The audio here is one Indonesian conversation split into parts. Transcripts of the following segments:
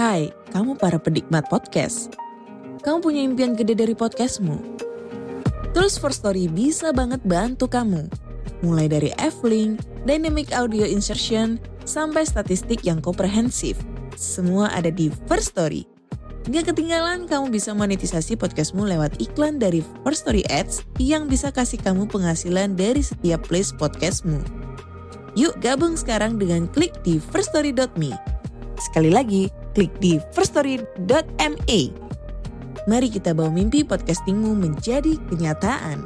Hai, kamu para penikmat podcast. Kamu punya impian gede dari podcastmu? Tools for Story bisa banget bantu kamu. Mulai dari F-Link, Dynamic Audio Insertion, sampai statistik yang komprehensif. Semua ada di First Story. Gak ketinggalan kamu bisa monetisasi podcastmu lewat iklan dari First Story Ads yang bisa kasih kamu penghasilan dari setiap place podcastmu. Yuk gabung sekarang dengan klik di firststory.me. Sekali lagi, klik di firststory.me. Mari kita bawa mimpi podcastingmu menjadi kenyataan.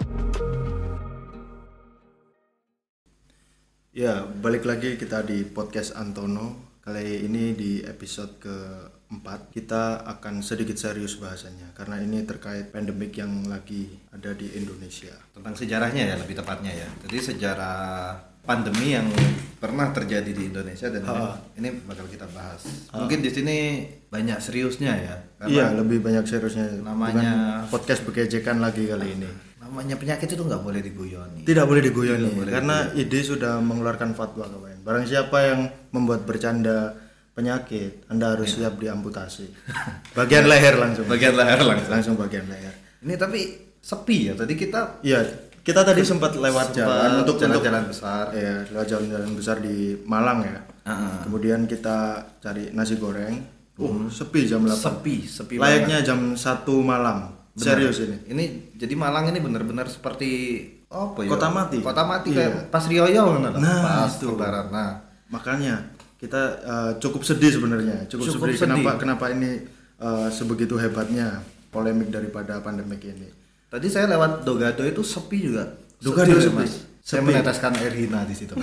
Ya, balik lagi kita di podcast Antono. Kali ini di episode keempat kita akan sedikit serius bahasanya karena ini terkait pandemik yang lagi ada di Indonesia. Tentang sejarahnya ya, lebih tepatnya ya. Jadi sejarah pandemi yang pernah terjadi di Indonesia dan ini bakal kita bahas. Mungkin di sini banyak seriusnya ya. Iya, lebih banyak seriusnya. Namanya bukan podcast begejekan lagi kali ini. Namanya penyakit itu nggak boleh diguyoni. Tidak boleh diguyoni karena ID sudah mengeluarkan fatwa kawan. Barang siapa yang membuat bercanda penyakit, Anda harus siap diamputasi. Bagian leher langsung. Langsung bagian leher. Ini tapi sepi ya. Tadi kita kita tadi sempat lewat jalan untuk jalan-jalan besar. Ya, lewat jalan-jalan besar di Malang ya. Kemudian kita cari nasi goreng. Sepi jam 8. Sepi. Layaknya jam 1 malam. Bener. Serius ini. Ini jadi Malang ini benar-benar seperti apa ya? Kota mati. Kayak pas Rioyo Nah, pas itu. Lebaran. Nah, makanya kita cukup sedih sebenarnya. Cukup sedih. Kenapa ini sebegitu hebatnya polemik daripada pandemik ini. tadi saya lewat Dogado itu sepi juga. Dogado sepi. Mas. Saya meneteskan air hina di situ.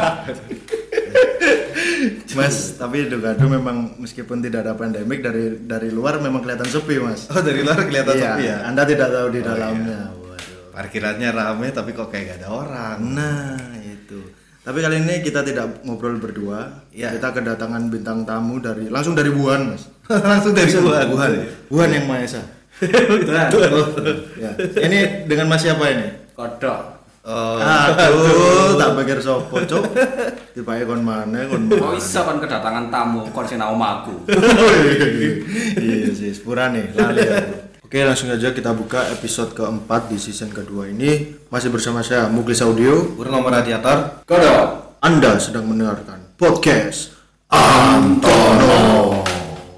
Mas, tapi Dogado memang meskipun tidak ada pandemik dari luar memang kelihatan sepi, Mas. Oh, dari luar kelihatan sepi ya. Anda tidak tahu di dalamnya. Iya. Waduh. Parkirannya rame tapi kok kayak gak ada orang. Nah, itu. Tapi kali ini kita tidak ngobrol berdua. Ya. Kita kedatangan bintang tamu langsung dari Wuhan, Mas. Langsung dari Wuhan. Wuhan yang Maha Esa. Ya. Ini dengan Mas siapa ini? Kodok. Aduh, tak pikir sopo, Cuk. Dipake kon maneh, kon. Oh iso kan kedatangan tamu kon sinau omaku. Iya sih, sepurane lali aku. Oke, langsung aja kita buka episode keempat di season kedua ini. Masih bersama saya Muklis Audio, Purnomo Radiator. Kodok. Anda sedang mendengarkan podcast Antono.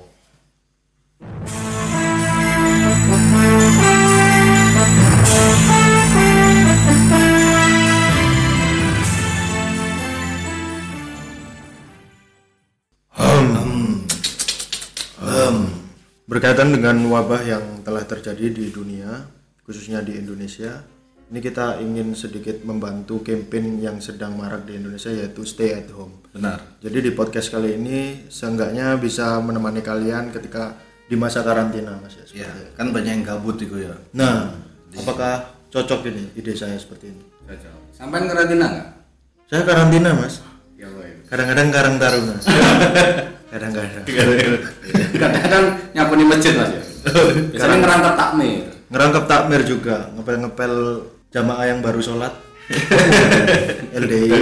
Berkaitan dengan wabah yang telah terjadi di dunia, khususnya di Indonesia, ini kita ingin sedikit membantu campaign yang sedang marak di Indonesia yaitu stay at home. Benar. Jadi di podcast kali ini seenggaknya bisa menemani kalian ketika di masa karantina, Mas ya. Ya, kan banyak yang gabut itu ya. Nah, apakah cocok ini ide saya seperti ini? Cocok. Sampai karantina enggak? Saya karantina, Mas. Ya woi. Kadang-kadang Karang Taruna, Mas. Kadang-kadang. Kadang-kadang nyapu di masjid Mas ya. Biasanya ngerangkap takmir. Ngerangkap takmir juga, ngepel-ngepel jamaah yang baru sholat. LDI.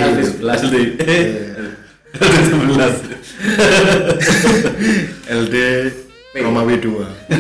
LD Romawi 2.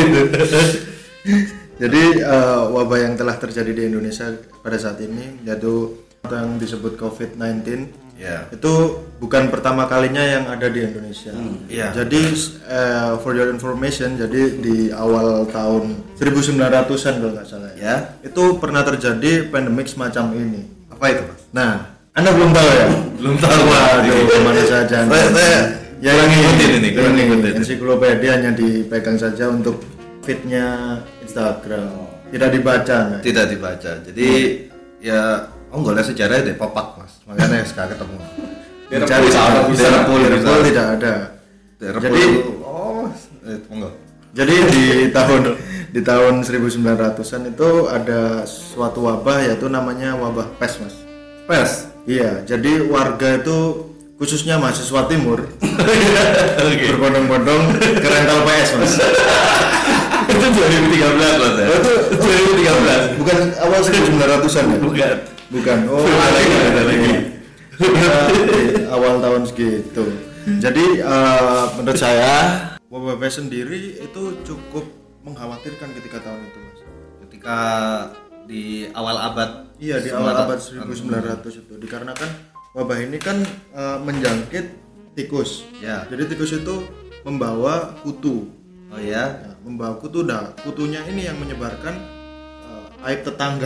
Jadi wabah yang telah terjadi di Indonesia pada saat ini yaitu yang disebut COVID-19. Ya. Itu bukan pertama kalinya yang ada di Indonesia. Ya. Jadi for your information, jadi di awal tahun 1900-an kalau nggak salah Ya. itu pernah terjadi pandemik semacam ini. Apa itu, Mas? Nah, Anda belum tahu ya? Belum tahu. Waduh, kemana saja Anda? Saya Ya kurang ini ngikutin. ensiklopedia hanya dipegang saja untuk feednya Instagram. Tidak dibaca, nah. Tidak dibaca. Jadi ya nggak lihat sejarah deh Popak, Mas. Makanya sekarang ketemu. Mencari Liverpool tidak ada. Jadi monggo. Jadi di tahun 1900-an itu ada suatu wabah yaitu namanya wabah pes, Mas. Pes. Iya, jadi warga itu khususnya mahasiswa timur berbondong-bondong ke rental PS, Mas. Itu 2013 Mas ya. Itu 2013. bukan awal 1900-an ya? Bukan. Oh, ada lagi. Awal tahun segitu. Jadi menurut saya wabah pes sendiri itu cukup mengkhawatirkan ketika tahun itu, Mas. Ketika di awal abad Iya, di awal abad 1900 itu dikarenakan wabah ini kan menjangkit tikus. Ya. Jadi tikus itu membawa kutu. Oh ya. Ya, membawa kutu, kutunya ini yang menyebarkan aib tetangga.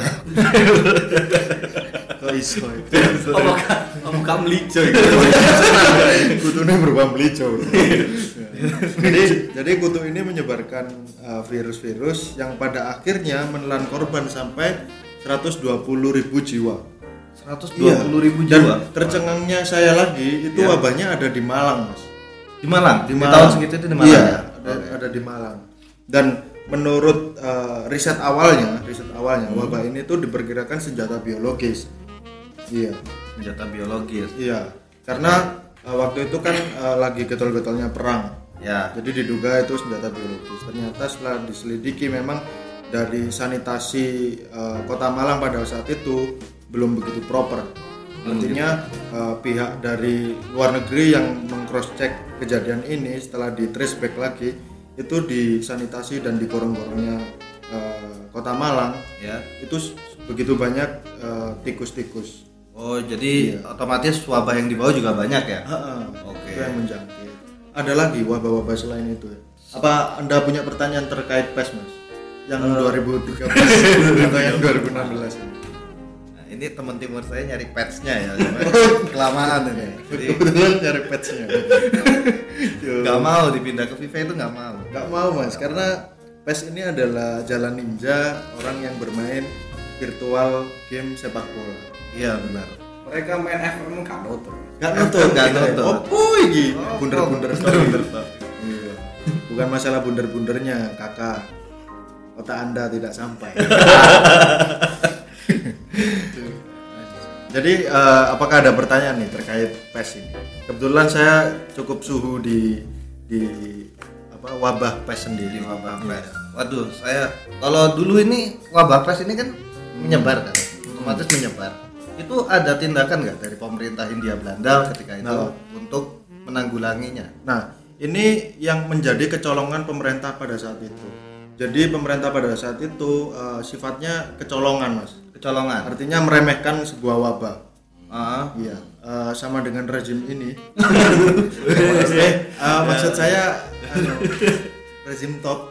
Kok iso itu? Om kamu lico itu. Kutunya berupa melico. Jadi kutu ini menyebarkan virus-virus yang pada akhirnya menelan korban sampai 120.000 jiwa. 120.000 Dan jiwa. tercengangnya saya lagi itu wabahnya ada di Malang, Mas. Di Malang. Di Malang. tahun segitu itu di Malang. Iya, Ya? ada di Malang. Dan menurut riset awalnya wabah ini tuh diperkirakan senjata biologis. Iya. Senjata biologis. Iya. Karena waktu itu kan lagi getol-getolnya perang. Ya. Jadi diduga itu senjata biologis. Ternyata setelah diselidiki memang dari sanitasi Kota Malang pada saat itu belum begitu proper. Artinya pihak dari luar negeri yang meng-cross check kejadian ini setelah di trace back lagi itu disanitasi dan di gorong-gorongnya Kota Malang Ya. itu begitu banyak tikus-tikus. Oh, jadi otomatis wabah yang dibawa juga banyak ya? Oke. Itu yang menjangkit. Ada lagi wabah-wabah selain itu ya? Apa Anda punya pertanyaan terkait PES, Mas? Yang 2013 atau yang 2016 ini? Nah, ini teman timur saya nyari patch-nya ya. Cuma kelamaan ini. Jadi Kebetulan cari patch-nya. nggak mau dipindah ke FIFA itu nggak mau. Gak mau, Mas, karena PES ini adalah jalan ninja orang yang bermain virtual game sepak bola. Iya benar. Mereka main FM kan nonton. Gak nonton, Gak nonton. Oh, ini bunder-bunder story. Bunder story. Iya. Bukan masalah bunder-bundernya, kakak. Otak Anda tidak sampai. Jadi apakah ada pertanyaan nih terkait PES ini? Kebetulan saya cukup suhu di wabah PES sendiri. Wabah PES. Waduh, saya kalau dulu ini wabah PES ini kan menyebar kan, otomatis menyebar. Itu ada tindakan nggak dari pemerintah Hindia Belanda ketika itu untuk menanggulanginya? Nah, ini yang menjadi kecolongan pemerintah pada saat itu. Jadi pemerintah pada saat itu sifatnya kecolongan, Mas. Kecolongan. Artinya meremehkan sebuah wabah. Iya, sama dengan rezim ini. Maksud saya rezim top.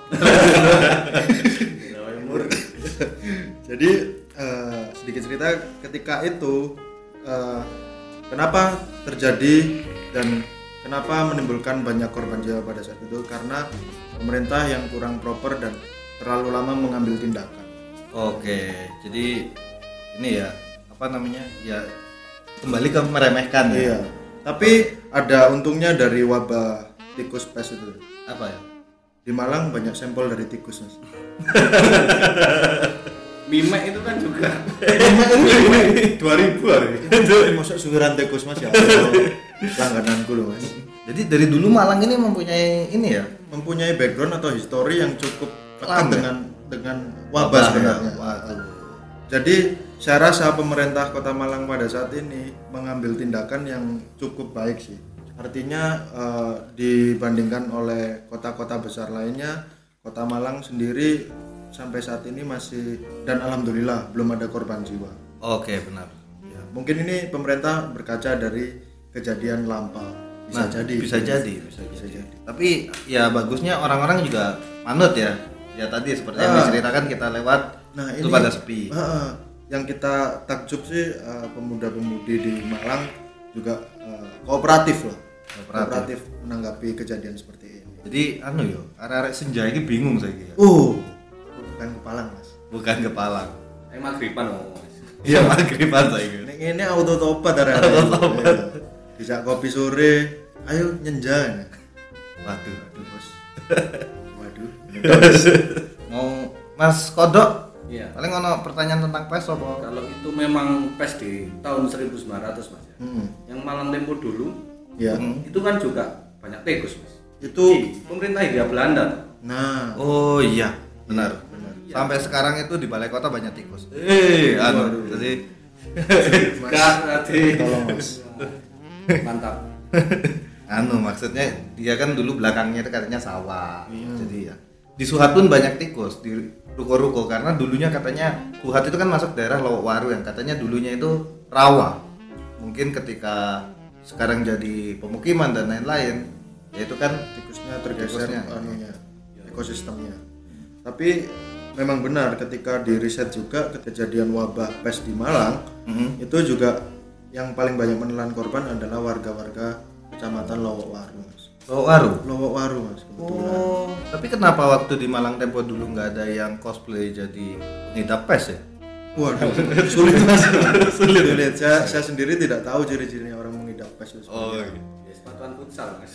Jadi sedikit cerita ketika itu kenapa terjadi dan kenapa menimbulkan banyak korban jiwa pada saat itu, karena pemerintah yang kurang proper dan terlalu lama mengambil tindakan. Oke, jadi ini ya apa namanya ya kembali ke meremehkan ya. Iya. Tapi ada untungnya dari wabah tikus PES itu. Apa ya? Di Malang banyak sampel dari tikus, Mas. Mimek itu kan juga 2000 hari. Masuk suwiran tikus, Mas ya. Langgananku loh, Mas. Jadi dari dulu Malang ini mempunyai ini ya, Mempunyai background atau histori yang cukup Kelam, dekat dengan wabah sebenarnya. Ya. Waduh. Jadi saya rasa pemerintah Kota Malang pada saat ini mengambil tindakan yang cukup baik sih. Artinya dibandingkan oleh kota-kota besar lainnya, Kota Malang sendiri sampai saat ini masih, dan alhamdulillah belum ada korban jiwa. Oke, benar. Ya, mungkin ini pemerintah berkaca dari kejadian lampau. Bisa jadi. Tapi ya bagusnya orang-orang juga manut ya. Ya tadi seperti yang diceritakan kita lewat itu pada sepi. Yang kita takjub sih pemuda-pemudi di Malang juga kooperatif lah. Kooperatif menanggapi kejadian seperti ini. Jadi arek-arek senja ini bingung saya kira. Bukan kepalang, Mas. Bukan kepalang. magriban ngomong. Iya, magriban saya kira. Nek ngene auto tobat arek-arek. Dijak kopi sore, ayo nyenja. Waduh. Bos. Waduh. Mau Mas Kodok, iya. paling ono pertanyaan tentang PES apa? Kalau itu memang PES di tahun 1900 Mas ya. Yang Malang Tempo dulu Ya. itu kan juga banyak tikus Mas. Itu Di pemerintah Hindia Belanda. nah, Oh iya, benar. Sampai sekarang itu di balai kota banyak tikus. Jadi Mas, Berarti tolong, Mas. mantap. maksudnya dia kan dulu belakangnya itu katanya sawah. Jadi ya di Suhat pun banyak tikus di ruko-ruko karena dulunya katanya Suhat itu kan masuk daerah Lowokwaru yang katanya dulunya itu rawa. Mungkin ketika sekarang jadi pemukiman dan lain-lain, ya itu kan tikusnya tergeser ekosistemnya. Tapi memang benar ketika di riset juga kejadian wabah pes di Malang itu juga yang paling banyak menelan korban adalah warga-warga kecamatan Lowokwaru, Mas. Lowokwaru, Mas, kebetulan. Oh, tapi kenapa waktu di Malang Tempo dulu nggak ada yang cosplay jadi pengidap pes ya? Waduh, sulit Mas. Sulit. Saya sendiri tidak tahu ciri-cirinya orang mengidap pes itu. Oh, iya. Ya sepatuan futsal, Mas.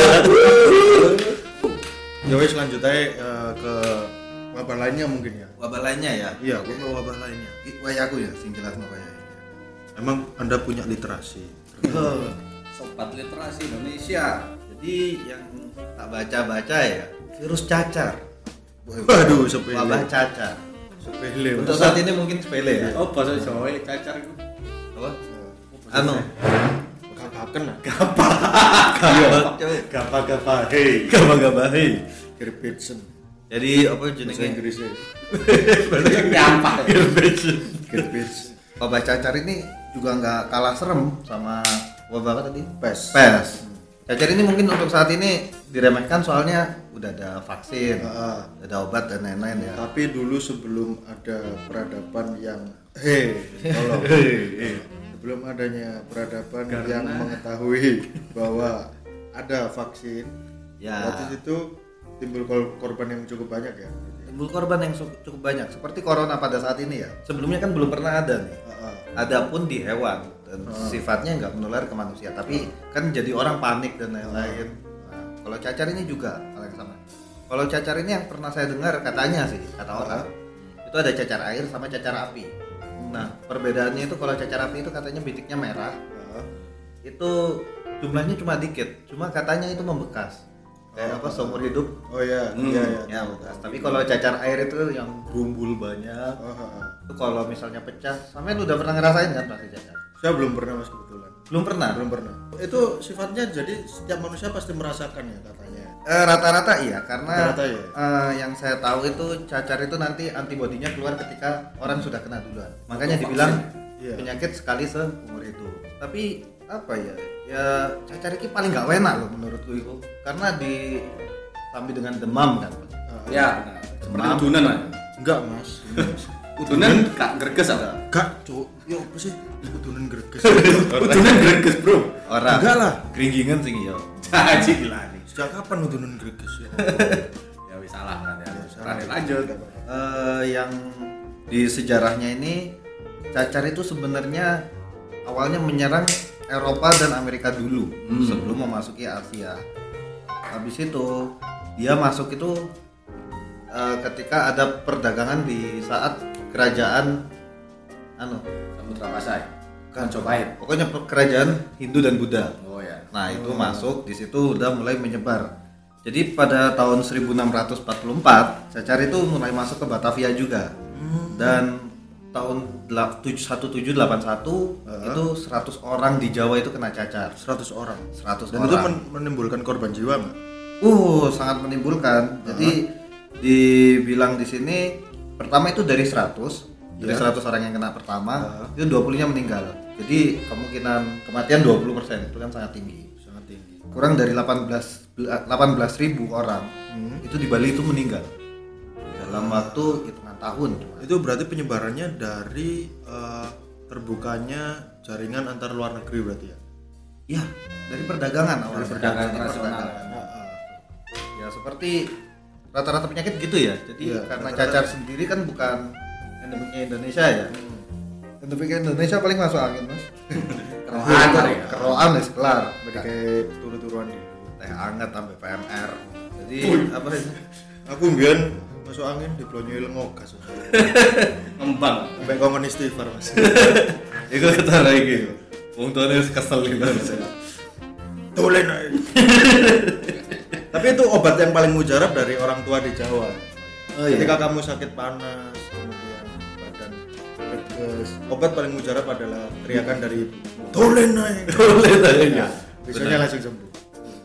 Ya wes lanjut aja ke wabah lainnya mungkin ya. Wabah lainnya ya? Iya, wabah lainnya. Wayaku ya, sing jelas apa ya? Emang Anda punya literasi? Sobat literasi Indonesia. Jadi yang tak baca-baca ya, virus cacar. Waduh, sepele. Wabah cacar. Sepele. Untuk saat ini mungkin sepele ya. Oh, bahasa Jawa cacar itu. Apa? Anu. Kapaken lah. Gapa-gapahe. Gerbetsen. Jadi apa Bahasa jenenge? Inggrisnya. Gampang. Gerbetsen. Wabah cacar ini juga nggak kalah serem sama wabah apa tadi? Pes. Cacar ini mungkin untuk saat ini diremehkan soalnya udah ada vaksin, Heeh. ada obat dan lain-lain ya. Tapi dulu sebelum ada peradaban yang tolong. Sebelum adanya peradaban yang mengetahui bahwa ada vaksin, Ya. waktu itu timbul korban yang cukup banyak ya. Timbul korban yang cukup banyak seperti corona pada saat ini ya. Sebelumnya kan belum pernah ada nih. Adapun di hewan dan sifatnya nggak menular ke manusia, tapi kan jadi orang panik dan lain-lain. Nah, kalau cacar ini juga hal yang sama. Kalau cacar ini yang pernah saya dengar katanya sih, kata orang, itu ada cacar air sama cacar api. Nah, perbedaannya itu kalau cacar api itu katanya bintiknya merah, itu jumlahnya cuma dikit, cuma katanya itu membekas. Kayak apa seumur hidup. Oh iya, iya. Ya, bekas. Tapi kalau cacar air itu yang rumbul banyak. Itu kalau misalnya pecah, sampean udah pernah ngerasain kan pasti cacar? Saya belum pernah Mas kebetulan. Belum pernah. Itu sifatnya jadi setiap manusia pasti merasakan ya katanya. Rata-rata iya, karena Rata-rata ya? yang saya tahu itu cacar itu nanti antibodinya keluar ketika orang sudah kena duluan. Makanya dibilang Iya. penyakit sekali seumur hidup. Tapi apa ya? Ya cacar ini paling nggak enak loh menurutku itu, karena disambi dengan demam kan. Ya, benar. Seperti Demam. udunan, Mas. Enggak, Mas. Udunan gak greges apa? Enggak, Cuk. Ya apa sih? Udunan greges. Udunan greges, Bro. Orang. Enggak lah. Geringgingan sih ya. Caci gila nih. Sejak kapan udunan greges ya? Ya wis salah berarti. Berarti lanjut. Yang di sejarahnya ini cacar itu sebenarnya awalnya menyerang Eropa dan Amerika dulu sebelum memasuki Asia. Habis itu dia masuk itu ketika ada perdagangan di saat kerajaan Samudra Pasai. Kan Majapahit. pokoknya kerajaan Hindu dan Buddha. Oh ya. Nah itu masuk di situ udah mulai menyebar. Jadi pada tahun 1644 cacar itu mulai masuk ke Batavia juga. Dan tahun 1781 itu 100 orang di Jawa itu kena cacar. 100 orang. 100 Dan orang. itu menimbulkan korban jiwa, Mbak. Sangat menimbulkan. Jadi dibilang di sini pertama itu dari 100 dari 100 orang yang kena pertama itu 20-nya meninggal. Jadi kemungkinan kematian 20% itu kan sangat tinggi. Sangat tinggi. Kurang dari 18.000 orang itu di Bali itu meninggal dalam waktu hitungan tahun. Itu berarti penyebarannya dari terbukanya jaringan antar luar negeri berarti ya? Ya, dari perdagangan awal. Dari perdagangan internasional. Ya seperti rata-rata penyakit gitu ya. Jadi Iya, karena rata-rata. cacar sendiri kan bukan endemiknya Indonesia ya. Endemiknya Indonesia paling masuk angin, Mas. Keroan kali ya. Keroan wis kelar. Berarti kayak turu-turuan gitu. Teh hangat sampai PMR. Jadi apa itu? Aku mbiyen masuk angin diblonyoi lengogas. Ngembang. Sampai ngomong istighfar, Mas. Iku ketara iki. Wong tuane wis kesel iki. Tulen ae. Tapi itu obat yang paling mujarab dari orang tua di Jawa. Ketika kamu sakit panas, kemudian badan greges, obat paling mujarab adalah teriakan dari ibu. Tulen ae. Boleh tanya. Biasanya langsung sembuh.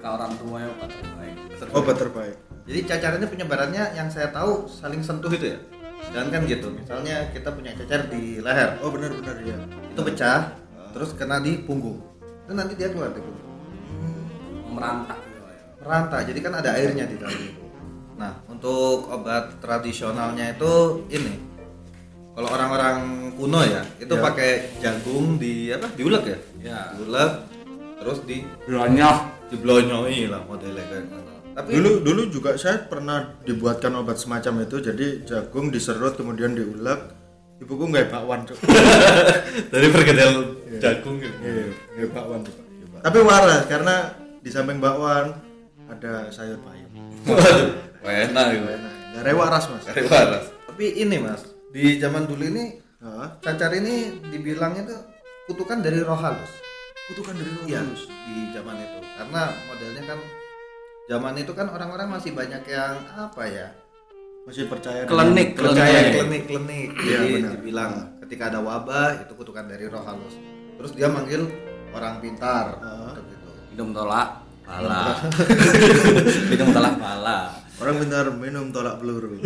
kata orang tua ya obat terbaik. Obat terbaik. Jadi cacarannya penyebarannya yang saya tahu saling sentuh itu ya. Dan kan gitu. Misalnya kita punya cacar di leher. Oh benar-benar ya. Itu pecah, terus kena di punggung. Itu nanti dia keluar di punggung. Merantak gitu ya. Merantau. Jadi kan ada airnya di dalam itu. Nah, untuk obat tradisionalnya itu ini. Kalau orang-orang kuno ya, itu Ya. pakai jagung diulek ya? Ya. Diulek terus diblonyoi lah modelnya kayak gitu. Tapi Dulu juga saya pernah dibuatkan obat semacam itu. Jadi jagung diserut kemudian diulek. Ibuku nggak bakwan Cuk. dari perkedel jagung gitu. Iya, nggak bakwan Cuk. Tapi waras karena di samping bakwan ada sayur bayam. Enak gitu. Gare waras mas. Dari waras. Tapi ini Mas, di zaman dulu ini Hah? cacar ini dibilangnya tuh kutukan dari roh halus. Kutukan dari Iya, di zaman itu. Karena modelnya kan zaman itu kan orang-orang masih banyak yang apa ya? Masih percaya Klinik. Percaya klinik. Iya, Jadi benar. dibilang ketika ada wabah itu kutukan dari roh halus. Terus dia manggil orang pintar untuk gitu. Minum tolak pala. Minum tolak pala. Orang pintar minum tolak peluru.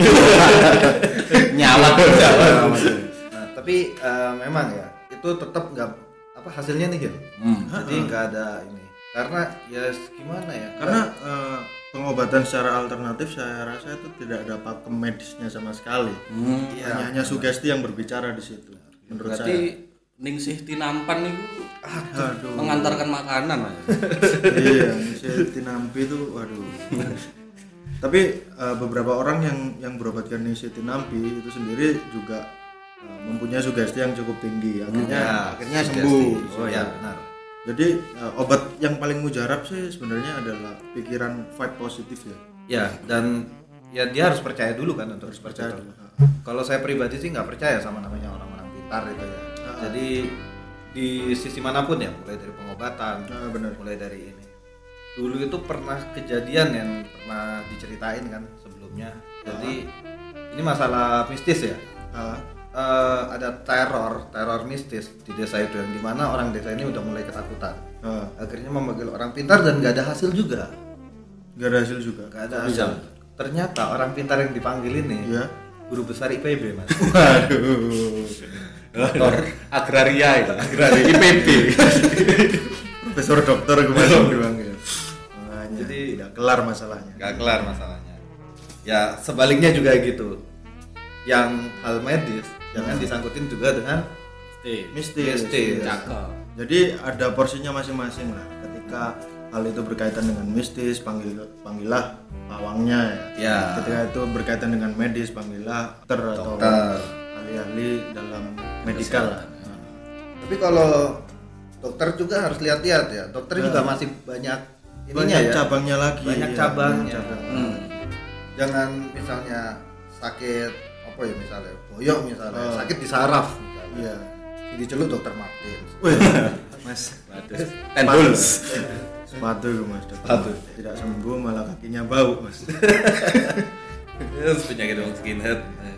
Nyawat. Nah, tapi memang ya itu tetap nggak hasilnya nihil. Jadi nggak ada ini. Karena ya gimana ya? Karena pengobatan secara alternatif saya rasa itu tidak ada pakem medisnya sama sekali. Hanya sugesti yang berbicara di situ. Menurut Berarti saya. Ningsih Tinampan itu Aduh. mengantarkan makanan Mas. Iya, saya tinampi itu waduh. Tapi beberapa orang yang berobatkan nisitinampi itu sendiri juga mempunyai sugesti yang cukup tinggi. Akhirnya sugesti. sembuh. Oh ya benar. Jadi obat yang paling mujarab sih sebenarnya adalah pikiran vibe positif ya. Ya dan ya dia harus percaya dulu kan untuk percaya dulu. Kalau saya pribadi sih nggak percaya sama namanya orang-orang pintar itu ya. Jadi di sisi manapun ya, mulai dari pengobatan, Benar. mulai dari ini. Dulu itu pernah kejadian yang pernah diceritain kan sebelumnya. Jadi ini masalah mistis ya. Ada teror mistis di desa itu yang dimana orang desa ini udah mulai ketakutan. Akhirnya memanggil orang pintar dan nggak ada hasil juga. Gak ada hasil juga. Nggak ada hasil. Ternyata orang pintar yang dipanggil ini Ya. guru besar IPB mas. Waduh. Dokter agraria itu. Agraria IPB. Profesor dokter kemarin dipanggil. Makanya Jadi tidak kelar masalahnya. Nggak kelar masalahnya. Ya sebaliknya juga gitu. Yang hal medis jangan disangkutin juga dengan Mistis. Cakep. Jadi ada porsinya masing-masing lah. Ketika hal itu berkaitan dengan mistis, panggillah pawangnya ya. Ya. Ketika itu berkaitan dengan medis, panggillah dokter atau ahli-ahli dalam medikal lah. Tapi kalau dokter juga harus lihat-lihat ya. Dokter juga masih banyak ininya Banyak ya. cabangnya lagi. Banyak ya. cabangnya. Cabang. Jangan misalnya sakit apa ya misalnya boyok misalnya sakit di saraf misalnya. Iya. Dicelup dokter Martin. Wih, Mas. Tenduls. Sepatu itu Mas. Sepatu. Tidak sembuh malah kakinya bau Mas. Terus penyakit orang skinhead.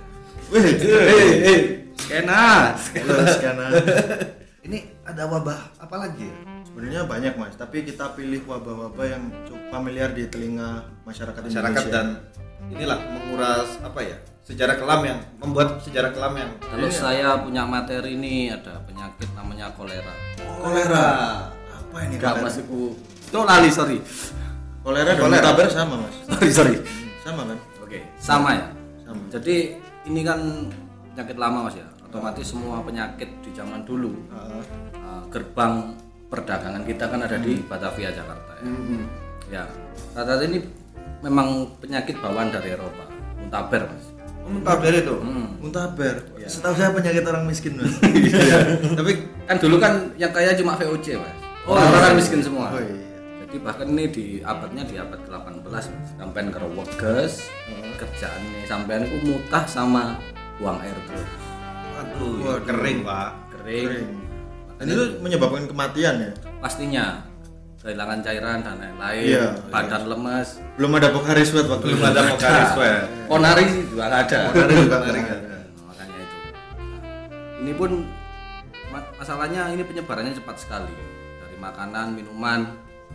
Wih, Skena. halo skana. Ini ada wabah apa lagi ya? Sebenarnya banyak Mas, tapi kita pilih wabah-wabah yang cukup familiar di telinga masyarakat Masyarakat Indonesia. dan inilah menguras apa ya? Sejarah kelam yang membuat sejarah kelam yang Kalau saya punya materi ini ada penyakit namanya kolera. kolera. Apa ini Enggak kolera? Mas iku. Itu lali sorry. Kolera dan mutaber sama Mas. Sorry. Sama kan? Oke, sama ya. Sama. Jadi ini kan penyakit lama Mas ya. Otomatis semua penyakit di zaman dulu gerbang perdagangan kita kan ada di Batavia Jakarta ya. Ya, rata-rata ini memang penyakit bawaan dari Eropa, muntaber Mas. muntaber itu. Muntaber. Setahu saya penyakit orang miskin Mas. Tapi kan dulu kan yang kaya cuma VOC Mas. Orang-orang miskin semua. Oh iya. Jadi bahkan ini di abad ke-18 Mas. Sampean karo weges, kerjaannya sampean itu mutah sama buang air terus. Waduh, kering pak. Kering. Dan itu menyebabkan kematian ya. Pastinya kehilangan cairan dan lain-lain, Iya, badan lemas. Belum ada Pocari Sweat waktu Belum itu. ada Pocari Sweat. Ponari juga nggak ada. Ponari juga nggak ada. Makanya itu. Ini pun masalahnya ini penyebarannya cepat sekali dari makanan, minuman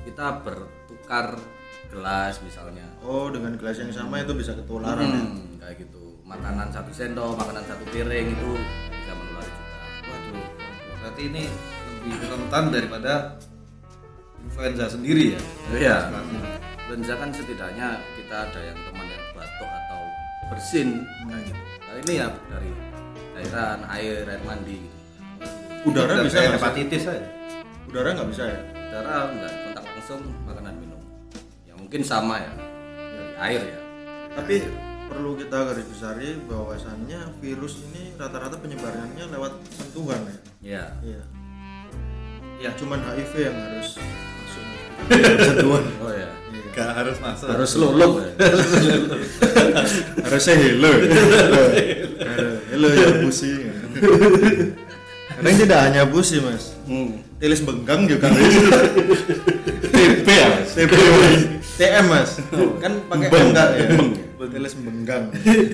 kita bertukar gelas misalnya. Oh, dengan gelas yang sama itu bisa ketularan ya. Kayak gitu. Makanan 1 sendok, makanan 1 piring itu bisa menulari juga. Waduh, berarti ini lebih rentan daripada influenza sendiri ya? Iya. Influenza kan setidaknya kita ada yang teman yang batuk atau bersin kayak gitu. Nah, ini ya dari cairan, air mandi gitu. Udara bisa nggak sih? hepatitis aja. Udara nggak bisa ya? Udara enggak kontak langsung, makanan minum. Ya mungkin sama ya. Dari air ya. Tapi perlu kita garis besari bahwasannya virus ini rata-rata penyebarannya lewat sentuhan ya. Iya. Iya. Ya, Cuman HIV yang harus masuk sentuhan. Oh ya. gak harus masuk. Harus lulup ya. Harusnya hello. Hello ya pusi. Kadang tidak hanya pusi mas, tilis benggang juga harus. TB ya, TB, TM mas, kan pakai enggak ya, tilis benggang.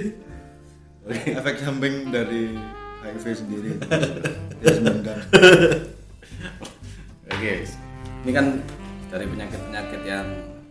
Efek samping dari HIV sendiri, tilis benggang. Oke. Ini kan dari penyakit-penyakit yang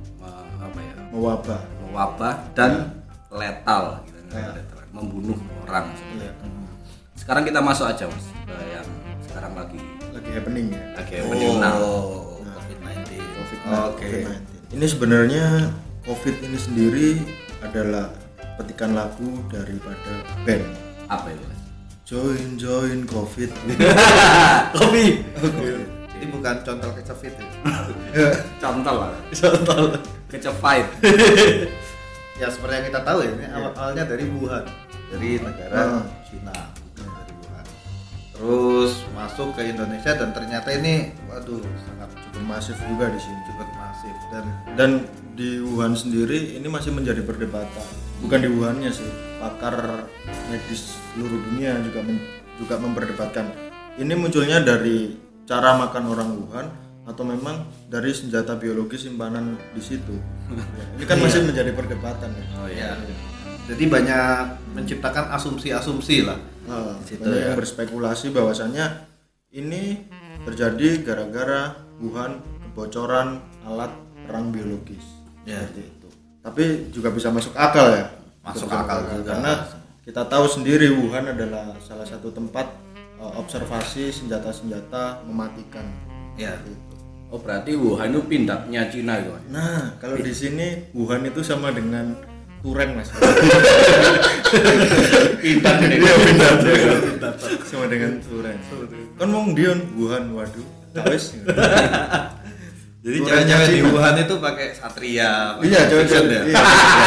mewabah dan letal gitu, letal, membunuh orang seperti itu. Sekarang kita masuk aja mas ke yang sekarang lagi happening ya. Lagi happening now. COVID-19. Oke. Ini sebenarnya COVID ini sendiri adalah petikan lagu daripada band. Apa itu mas? Join COVID. Kopi. Ini bukan contoh kecap itu. Contoh lah. Contoh. Kecepait. Ya seperti yang kita tahu ya, ini awalnya dari Wuhan, dari negara Cina, dari Wuhan. Terus masuk ke Indonesia dan ternyata ini, waduh, sangat Cukup masif juga di sini. cukup masif Dan di Wuhan sendiri ini masih menjadi perdebatan. Bukan di Wuhannya sih, pakar medis seluruh dunia juga memperdebatkan. Ini munculnya dari cara makan orang Wuhan atau memang dari senjata biologis simpanan di situ. Ini kan masih menjadi perdebatan ya. Oh iya. Jadi banyak menciptakan asumsi-asumsi lah. Banyak yang berspekulasi bahwasannya ini terjadi gara-gara Wuhan kebocoran alat perang biologis. Seperti itu. Tapi juga bisa masuk akal ya. Masuk akal juga. Karena kita tahu sendiri Wuhan adalah salah satu tempat observasi senjata-senjata mematikan. Ya. Oh berarti Wuhan itu pindahnya Cina itu. Nah, kalau di sini Wuhan itu sama dengan Turen mas. Pindah nih. Pindah. Sama dengan Turen. Kan mau Dion Wuhan, waduh. Kawes. Jadi cewek-cewek di Wuhan itu pakai satria. Iya, cewek-cewek. ya. Iya.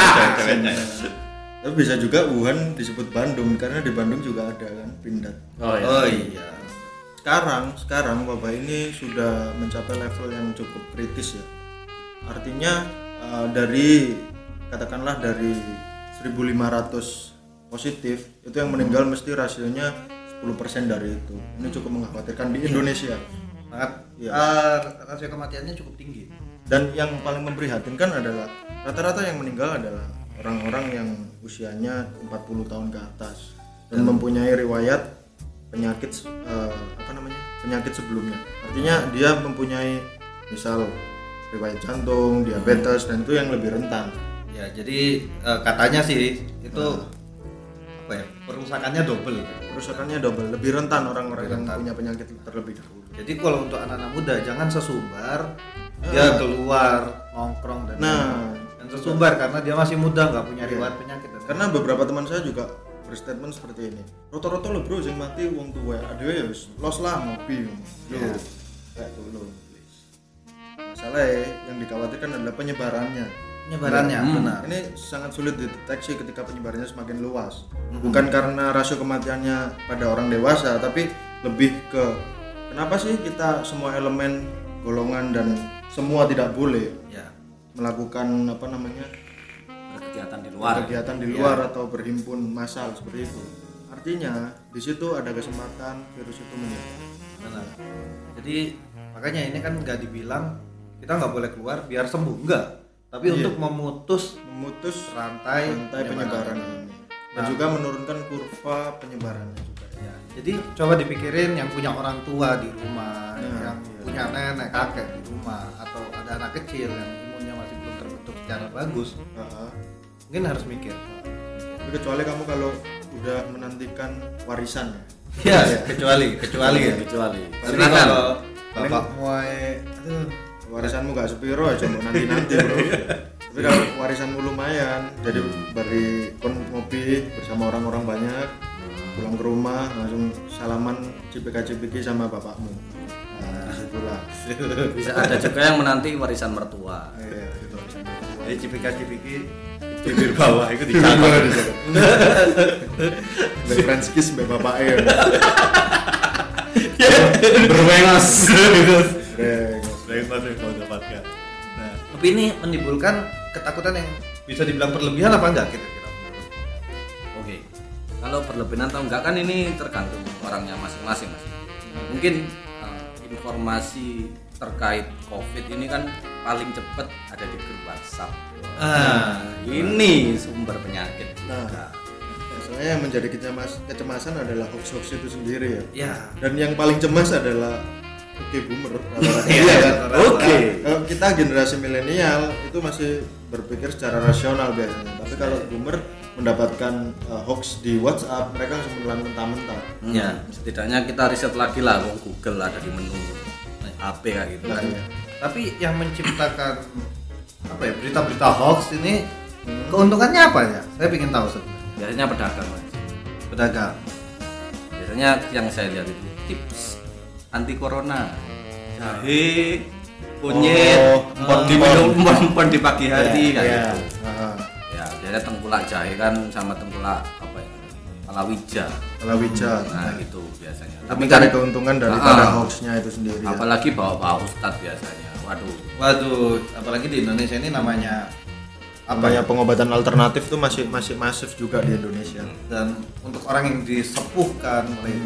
Tapi bisa juga Wuhan disebut Bandung karena di Bandung juga ada kan Pindad. Oh iya. Sekarang wabah ini sudah mencapai level yang cukup kritis ya. Artinya katakanlah dari 1.500 positif itu yang meninggal mesti rasionya 10% dari itu. Ini cukup mengkhawatirkan di Indonesia. Sangat Ya. rasio kematiannya cukup tinggi. Dan yang paling memprihatinkan adalah rata-rata yang meninggal adalah orang-orang yang usianya 40 tahun ke atas dan mempunyai riwayat penyakit sebelumnya. Artinya dia mempunyai misal riwayat jantung, diabetes dan itu yang lebih rentan. Ya, jadi katanya sih itu perusakannya double. Kerusakannya double, lebih rentan orang-orang yang punya penyakit terlebih dahulu. Jadi kalau untuk anak-anak muda jangan sesumbar dia keluar nongkrong dan sesumbar karena dia masih muda nggak punya riwayat penyakit. Karena beberapa teman saya juga berstatement seperti ini. Roto-roto lo bro, sing mati wong tuwa. Aduh ya wis los lah ngopi. Yo. Kayak dulu. Masalahnya yang dikhawatirkan adalah penyebarannya. Benar. Ini sangat sulit dideteksi ketika penyebarannya semakin luas. Bukan karena rasio kematiannya pada orang dewasa, tapi lebih ke kenapa sih kita semua elemen, golongan dan semua tidak boleh melakukan kegiatan di luar atau berhimpun massal seperti itu. Artinya di situ ada kesempatan virus itu menyebar. Benar. Jadi makanya ini kan nggak dibilang kita nggak boleh keluar biar sembuh, enggak. Tapi untuk memutus rantai penyebaran ini dan juga menurunkan kurva penyebarannya juga. Jadi coba dipikirin yang punya orang tua di rumah, yang punya nenek kakek di rumah, atau ada anak kecil yang imunnya masih belum terbentuk secara bagus, mungkin harus mikir. Tapi kecuali kamu kalau udah menantikan warisan ya kecuali Silakan. kalau bapak muai warisanmu gak sepiro aja mau nanti bro. Tapi kalau warisanmu lumayan, jadi beri kon ngopi bersama orang-orang banyak, pulang ke rumah langsung salaman cipika-cipiki sama bapakmu. Nah, disitulah. Bisa ada juga yang menanti warisan mertua. Iya, itu warisan mertua. jadi cipika-cipiki bibir bawah itu dicatat. Mbak French kiss mbak bapaknya. Berwengos. Brengos. yang kau dapatkan. Nah, tapi ini menimbulkan ketakutan yang bisa dibilang berlebihan apa enggak kira-kira? Oke. Kalau berlebihan atau enggak kan ini tergantung orangnya masing-masing, Mas. Mungkin informasi terkait COVID ini kan paling cepat ada di grup WhatsApp. Ini sumber penyakit. Nah, soalnya yang menjadi kecemasan adalah hoax itu sendiri ya. Ya. Dan yang paling cemas adalah boomer. Oke. Kalau kita generasi milenial itu masih berpikir secara rasional biasanya. Tapi kalau boomer mendapatkan hoax di WhatsApp, mereka langsung menelan mentah-mentah. Ya, setidaknya kita riset lagi lah, Google ada di menu HP kayak gitu kan. Iya. Tapi yang menciptakan berita-berita hoax ini keuntungannya apa ya? Saya ingin tahu sebenarnya. Biasanya pedagang, Mas. Pedagang. Biasanya yang saya lihat itu tips anti corona, jahe, kunyit, empon di pagi hari kayak gitu. Ya, biasanya tengkulak jahe kan sama tengkulak palawija. Nah, gitu biasanya. Tapi cari keuntungan daripada hoaxnya itu sendiri. Apalagi bawa ustadz biasanya. Waduh, apalagi di Indonesia ini namanya pengobatan alternatif tuh masih masif juga di Indonesia. Dan untuk orang yang disepuhkan oleh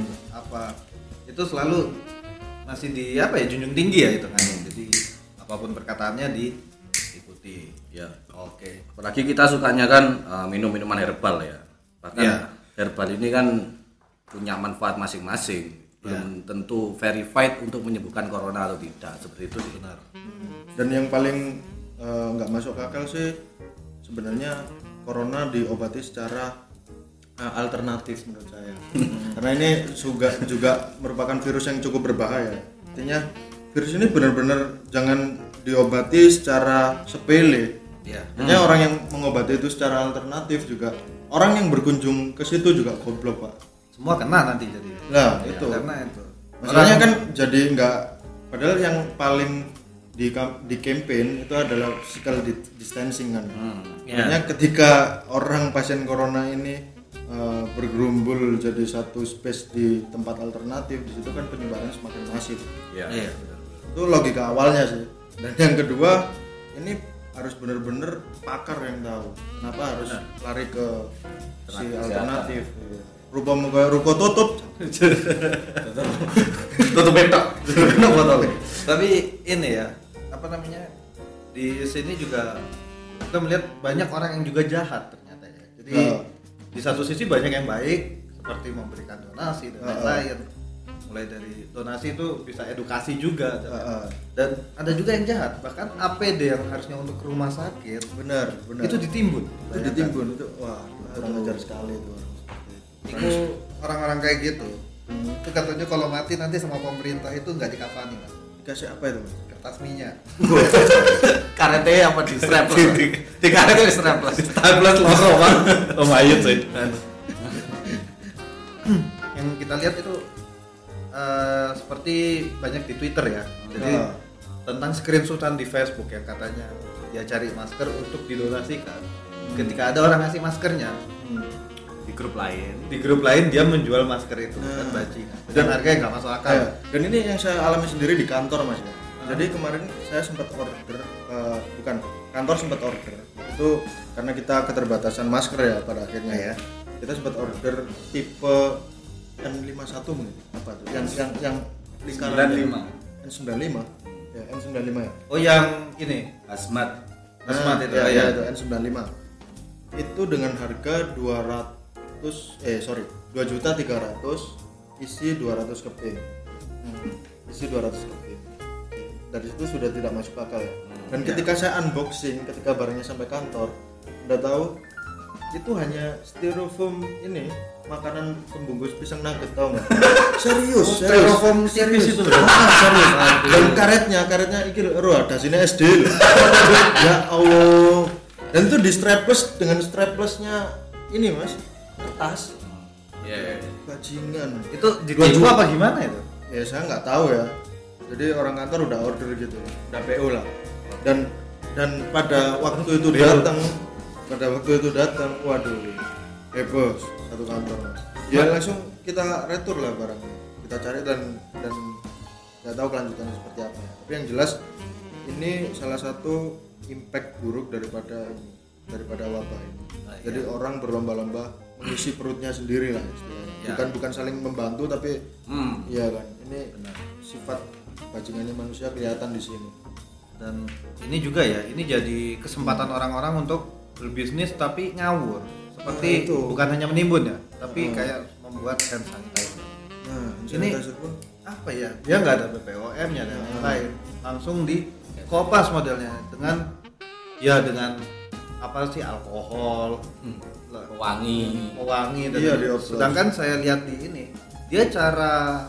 itu selalu masih junjung tinggi ya itu kan. Jadi apapun perkataannya diikuti. Ya, oke. Apalagi kita sukanya kan minum minuman herbal ya. Bahkan herbal ini kan punya manfaat masing-masing. Belum tentu verified untuk menyembuhkan corona atau tidak. Seperti itu benar. Dan yang paling nggak masuk akal sih sebenarnya corona diobati secara alternatif menurut saya. Karena ini juga merupakan virus yang cukup berbahaya. Artinya virus ini benar-benar jangan diobati secara sepele. Hanya orang yang mengobati itu secara alternatif juga. Orang yang berkunjung ke situ juga goblok, Pak. Semua kena nanti jadi. Nah, itu. Karena itu. Masalahnya kan jadi nggak, padahal yang paling di campaign itu adalah physical distancing kan. Makanya ketika orang pasien corona ini bergerumbul jadi satu space di tempat alternatif, di situ kan penyebaran semakin masif. Iya. Itu logika awalnya sih. Dan yang kedua, ini harus benar-benar pakar yang tahu kenapa harus lari ke si alternatif. Rupa muka ruko tutup betok tapi ini ya di sini juga kita melihat banyak orang yang juga jahat ternyata ya. Jadi di satu sisi banyak yang baik seperti memberikan donasi dan lain-lain. Mulai dari donasi itu bisa edukasi juga dan ada juga yang jahat, bahkan APD yang harusnya untuk ke rumah sakit benar itu ditimbun. Itu wah kurang ajar sekali itu. Itu orang-orang kayak gitu. Itu katanya kalau mati nanti sama pemerintah itu nggak dikafani, Mas. Dikasih apa itu, Mas? Kertas minyak. Karete apa di strap? Di karete di strap. Staples loro, Bang. Lumayan sih. Yang kita lihat itu seperti banyak di Twitter ya. Jadi tentang screenshotan di Facebook yang katanya dia cari masker untuk didonasikan. Ketika ada orang ngasih maskernya, di grup lain dia menjual masker itu kan bajingan. Dan harganya nggak masuk akal. Dan ini yang saya alami sendiri di kantor, Mas ya. Jadi kemarin saya sempat order kantor sempat order. Itu karena kita keterbatasan masker ya pada akhirnya ya. Kita sempat order tipe N51 mungkin apa tuh? Yang lingkaran N95. Ya, N95 ya. Oh, yang ini hazmat itu. Ya, itu N95. Itu dengan harga 2.300.000 isi 200 keping. Isi 200 keping. Dari situ sudah tidak masuk akal ya. Dan ketika saya unboxing, ketika barangnya sampai kantor, Anda tahu itu hanya styrofoam ini, makanan pembungkus pisang nugget, tahu nggak? Serius. Styrofoam tipis itu loh. Serius. Dan karetnya iki lho, ada sini SD loh. Ya Allah. Dan itu di strapless dengan straplessnya ini Mas, kertas. Iya. Bajingan. Itu dijual apa gimana itu? Ya saya nggak tahu ya. Jadi orang kantor udah order gitu, udah PO lah. Dan pada waktu itu datang, waduh, heboh satu kantor. Ya langsung kita retur lah barangnya. Kita cari dan nggak tahu kelanjutannya seperti apa. Tapi yang jelas ini salah satu impact buruk daripada wabah ini. Jadi orang berlomba-lomba mengisi perutnya sendiri lah istilahnya. Bukan saling membantu tapi iya kan. Ini sifat bajingannya manusia kelihatan di sini. Dan ini juga ya, ini jadi kesempatan orang-orang untuk berbisnis tapi ngawur. Seperti bukan hanya menimbun ya, tapi kayak membuat hand sanitizer. Ini pun apa ya? Dia nggak ada BPOM-nya dan lain-lain. Langsung di kopas modelnya dengan apa sih, alkohol, pewangi dan sedangkan saya lihat di ini, dia cara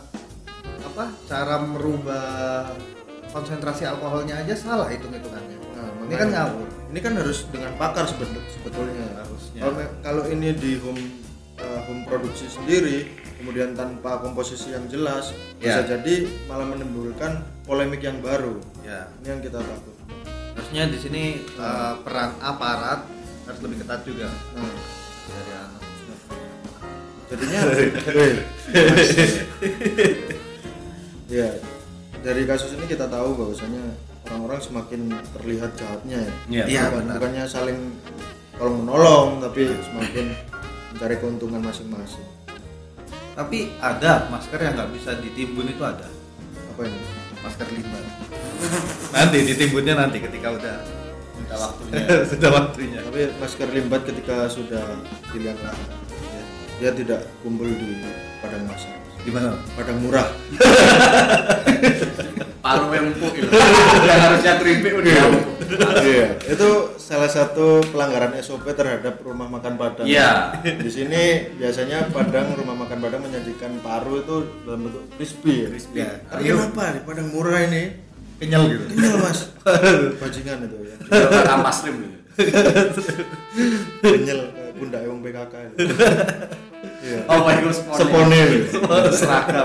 merubah konsentrasi alkoholnya aja salah hitung-hitungannya. Ini kan ngawur. Ini kan harus dengan pakar sebetulnya. Harusnya. Kalau ini di home produksi sendiri, kemudian tanpa komposisi yang jelas, bisa jadi malah menimbulkan polemik yang baru. Ya. Ini yang kita takut. Harusnya di sini peran aparat harus lebih ketat juga. Dari anak. Jadinya, ya dari kasus ini kita tahu bahwasanya orang-orang semakin terlihat jahatnya ya. Iya, bukannya saling tolong menolong, tapi semakin mencari keuntungan masing-masing. Tapi ada masker yang nggak bisa ditimbun, itu ada. Apa ini? Masker limbah. Nanti ditimbunnya nanti ketika udah sudah waktunya. Tapi masker limbat ketika sudah dilihat lahan, dia tidak kumpul di padang masyar. Di mana? Padang murah. Paru empuk itu. Yang harusnya keripik udah empuk. Iya, itu salah satu pelanggaran SOP terhadap rumah makan Padang. Iya. Di sini biasanya rumah makan Padang menyajikan paru itu dalam bentuk crispy. Ya. Tapi kenapa di Padang murah ini Kenyal gitu. kenyal Mas? Bajingan itu ya. Jual kampas rim gitu. Kenyal pundak wong PKK itu. Iya. Oh my god, Sepone. Seragam.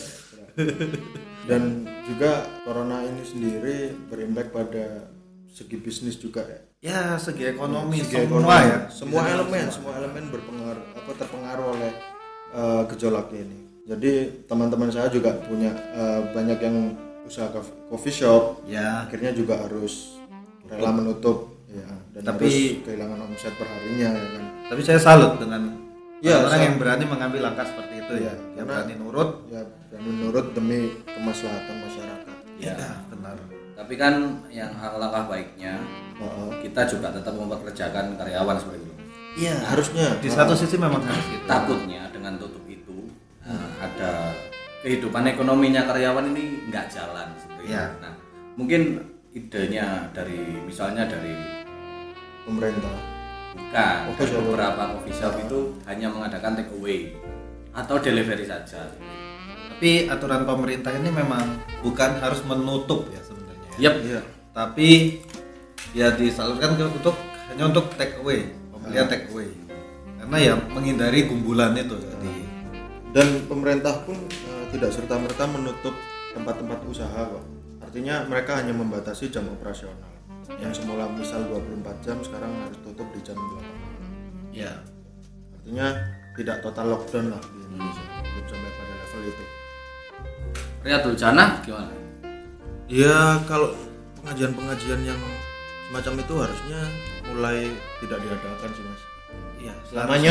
Dan juga corona ini sendiri berimpact pada segi bisnis juga ya. Ya, segi ekonomi, Semua elemen terpengaruh oleh gejolak ini. Jadi teman-teman saya juga punya banyak yang usaha coffee shop. Ya. Akhirnya juga harus rela menutup ya, dan harus kehilangan omset perharinya ya kan. Tapi saya salut dengan orang yang berani mengambil langkah seperti itu ya. Yang berani nurut. Ya, berani nurut demi kemaslahatan masyarakat. Ya, benar. Tapi kan yang langkah baiknya kita juga tetap mempekerjakan karyawan seperti itu. Iya, harusnya. Di satu sisi memang harus gitu. Takutnya dengan tutup itu ada kehidupan ekonominya karyawan ini nggak jalan seperti itu. Nah, mungkin idenya misalnya dari pemerintah. Bukan, beberapa coffee shop itu hanya mengadakan take away atau delivery saja. Tapi aturan pemerintah ini memang bukan harus menutup ya sebenarnya. Iya. Tapi ya disalurkan hanya untuk take away, pembelian take away. Karena ya menghindari gumbulan itu jadi. Dan pemerintah pun tidak serta-merta menutup tempat-tempat usaha kok. Artinya mereka hanya membatasi jam operasional. Yang semula misal 24 jam sekarang harus tutup di jam 8 malam. Ya. Artinya tidak total lockdown lah di Indonesia. Belum sampai pada level itu. Riyadul Jannah gimana? Ya kalau pengajian-pengajian yang semacam itu harusnya mulai tidak diadakan sih Mas. Iya, selamanya.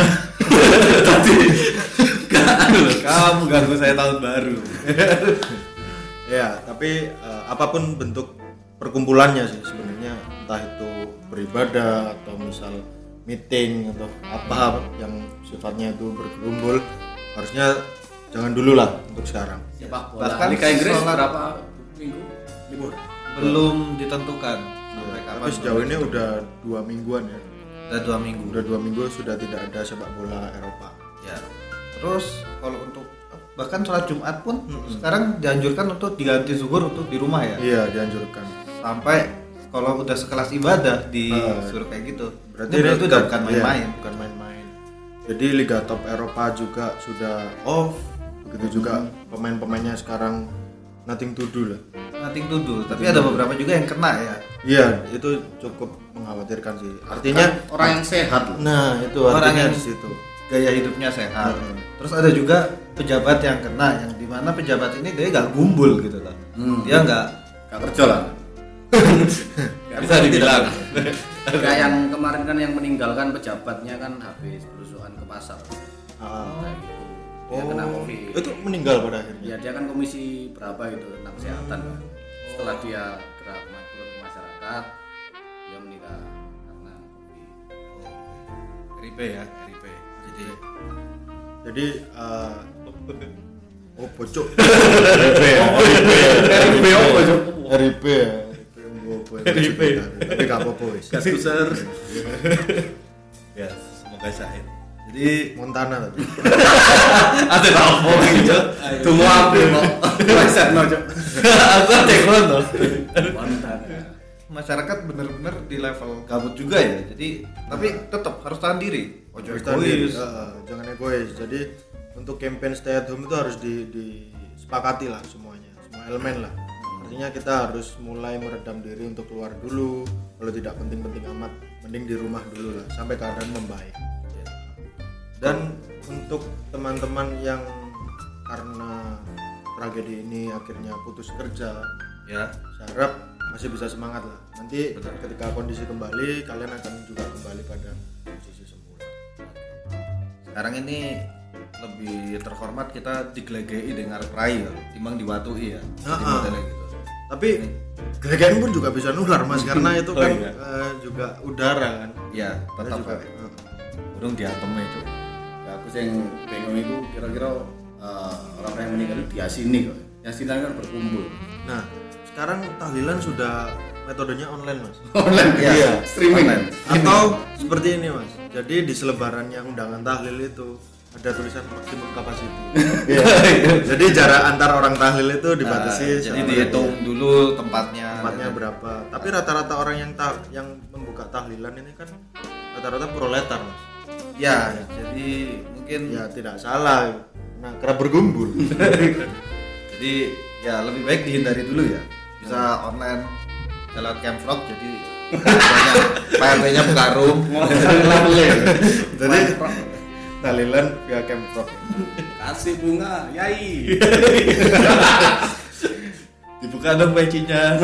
Kamu ganggu saya tahun baru. Ya, tapi apapun bentuk perkumpulannya sih sebenarnya, entah itu beribadah atau misal meeting atau apa yang sifatnya itu bergerumbul, harusnya jangan dulu lah untuk sekarang. Sepak bola. Bahkan Liga Inggris sholat- berapa minggu libur? Belum ditentukan sampai kapan. Tapi sejauh ini udah 2 mingguan ya. Udah 2 minggu. Udah 2 minggu sudah tidak ada sepak bola Eropa. Ya. Terus kalau untuk bahkan sholat Jumat pun sekarang dianjurkan untuk diganti zuhur untuk di rumah ya. Iya, dianjurkan. Sampai kalau udah sekelas ibadah disuruh kayak gitu. Berarti Ini itu udah bukan iya, main-main. bukan main-main. Jadi liga top Eropa juga sudah off. Begitu juga pemain-pemainnya sekarang nothing to do lah. Nothing to do, tapi ada beberapa juga yang kena ya. Iya, itu cukup mengkhawatirkan sih. Artinya Orang yang sehat loh. nah, itu Orang artinya yang- di situ. Gaya hidupnya sehat. Terus ada juga pejabat yang kena, yang dimana pejabat ini dia nggak gumbul gitu loh. Dia nggak Gak kerja lah. Gak bisa dibilang. Kayak yang kemarin kan yang meninggalkan pejabatnya kan habis belusukan ke pasar. Kayak gitu. Dia kena COVID. Itu meninggal pada akhirnya. Ya dia kan komisi berapa gitu tentang kesehatan kan. Setelah dia gerak turun ke masyarakat, dia meninggal karena COVID. RIP ya, RIP. Jadi oh pojok. RIP ya. RIP. Tapi gak apa-apa wis. Gas besar. Ya, semoga syahid. Jadi Montana tadi. ada apa gitu? Tunggu apa kok? Pleset no, Cok. Aku taekwondo. Mantap. Masyarakat benar-benar di level gabut juga ya. Jadi tapi tetap harus tahan diri. Ojo Egois. egois. Jangan egois. Jadi untuk campaign stay at home itu harus disepakati lah semuanya, semua elemen lah. Artinya kita harus mulai meredam diri untuk keluar dulu. Kalau tidak penting-penting amat, mending di rumah dulu lah sampai keadaan membaik. Dan untuk teman-teman yang karena tragedi ini akhirnya putus kerja, Ya. saya harap masih bisa semangat lah. Nanti ketika kondisi kembali, kalian akan juga kembali pada posisi semula. Sekarang ini lebih terhormat kita digelegei dengan rai ya, timbang diwatui ya. Jadi modelnya gitu. Tapi gelegean pun juga bisa nular mas, karena itu kan iya. juga udara kan. Iya, tetap juga, Pak. Burung diantem itu. Ya, aku sing bingung itu kira-kira orang-orang yang meninggal itu diasini kok. Yasinan kan berkumpul. Nah, sekarang tahlilan sudah metodenya online mas. Online Iya, streaming. online. Atau seperti ini mas. Jadi di selebarannya undangan tahlil itu ada tulisan maksimum capacity. Jadi jarak antar orang tahlil itu dibatasi. Jadi sama dihitung dulu tempatnya. tempatnya berapa. Tapi rata-rata orang yang membuka tahlilan ini kan rata-rata proletar mas. Ya, jadi mungkin Ya tidak salah. Nah, kerap bergumpul. jadi ya lebih baik dihindari dulu ya. Bisa online lewat Camfrog jadi banyak PRT-nya Bukarum. Jadi tahlilan via Camfrog. Kasih bunga, yai. Dibuka dong pecinya.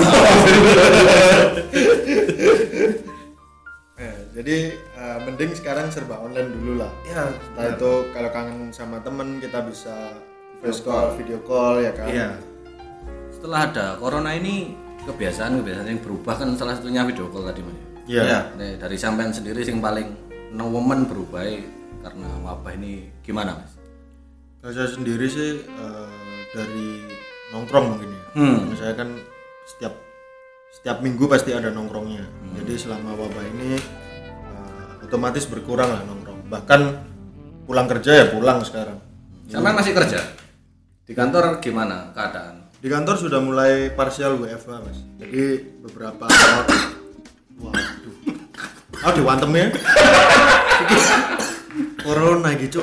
Jadi mending sekarang serba online dulu lah. Ya, Nah itu kalau kangen sama temen kita bisa video call ya kan. Iya. Setelah ada corona ini kebiasaan yang berubah kan salah satunya video call tadi mas. Iya. Iya. Nih, dari sampean sendiri yang paling momen berubah karena wabah ini gimana mas? Kalau saya sendiri sih dari nongkrong mungkin ya. Karena saya kan setiap minggu pasti ada nongkrongnya. Jadi selama wabah ini otomatis berkurang lah nongkrong. Bahkan pulang kerja ya pulang sekarang. Sampean masih kerja? Di kantor gimana keadaan? Di kantor sudah mulai partial WFH mas. Jadi beberapa orang, waduh, diwantem ya. Corona gitu.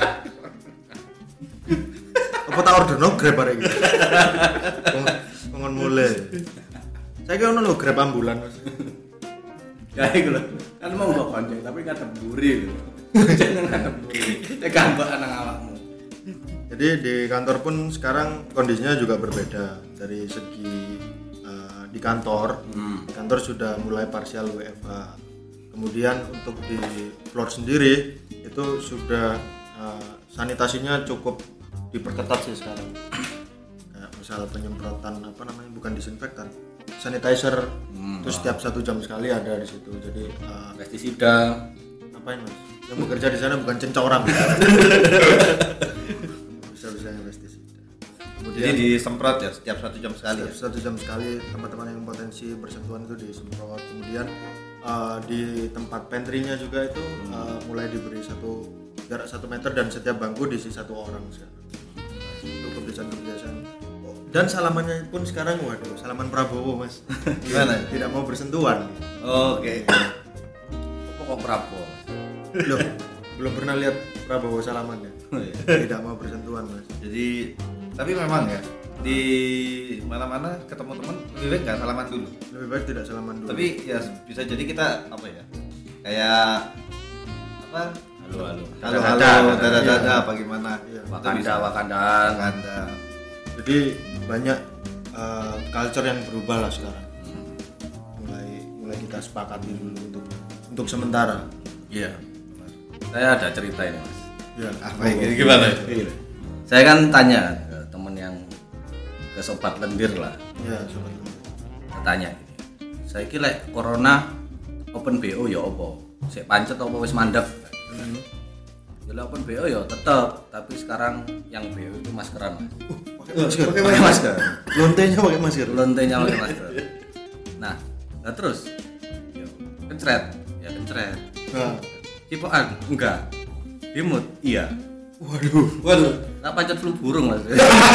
Apa tak order no Grab bareng gitu. Pengen mulai. Saya kira ono Grab ambulan mas. Kayak gitu loh. Kan mau mbak panjang tapi ngadep buri gitu. Jangan ngadep buri. Kantor anak awakmu. Jadi di kantor pun sekarang kondisinya juga berbeda dari segi di kantor. Kantor sudah mulai partial WFH. Kemudian untuk di floor sendiri itu sudah sanitasinya cukup diperketat sih sekarang. Kayak misal penyemprotan bukan disinfektan, sanitizer. Terus setiap 1 jam sekali ada di situ. Jadi Pestisida. apain mas? Yang bekerja di sana bukan cencorang. Bisa Jadi disemprot ya setiap 1 jam sekali. Setiap 1 jam sekali teman-teman yang potensi bersentuhan itu disemprot. Kemudian di tempat pantry-nya juga itu mulai diberi jarak 1 meter dan setiap bangku diisi 1 orang sekarang. Itu kebiasaan-kebiasaan. Dan salamannya pun sekarang waduh, salaman Prabowo Mas. Gimana? Tidak mau bersentuhan. Oke. Kok Prabowo? Loh, belum pernah lihat Prabowo salaman ya? Tidak mau bersentuhan Mas. Jadi tapi memang ya di mana-mana ketemu teman lebih baik nggak salaman dulu. Lebih baik tidak salaman dulu. Tapi ya bisa jadi kita apa ya? Kayak apa? Halo, dada apa gimana? Iya. Wakanda. Jadi banyak culture yang berubah lah sekarang. Mulai kita sepakati dulu untuk sementara. Iya. Saya ada cerita ini Mas. Ya. Apa ini gimana? Saya kan tanya ke temen yang ke sobat lendir lah. Ya, sobat. Saya tanya gini. Saya kira corona open BO ya apa? Sik pancet apa wis mandek? Ya open BO ya tetap, tapi sekarang yang BO itu maskeran Mas. Pakai masker. Lontenya pakai masker. Lontenya pakai masker. Nah terus ya kencret. Nah, Cipokan enggak. Dimut iya. waduh. Tak pancet flu burung Mas.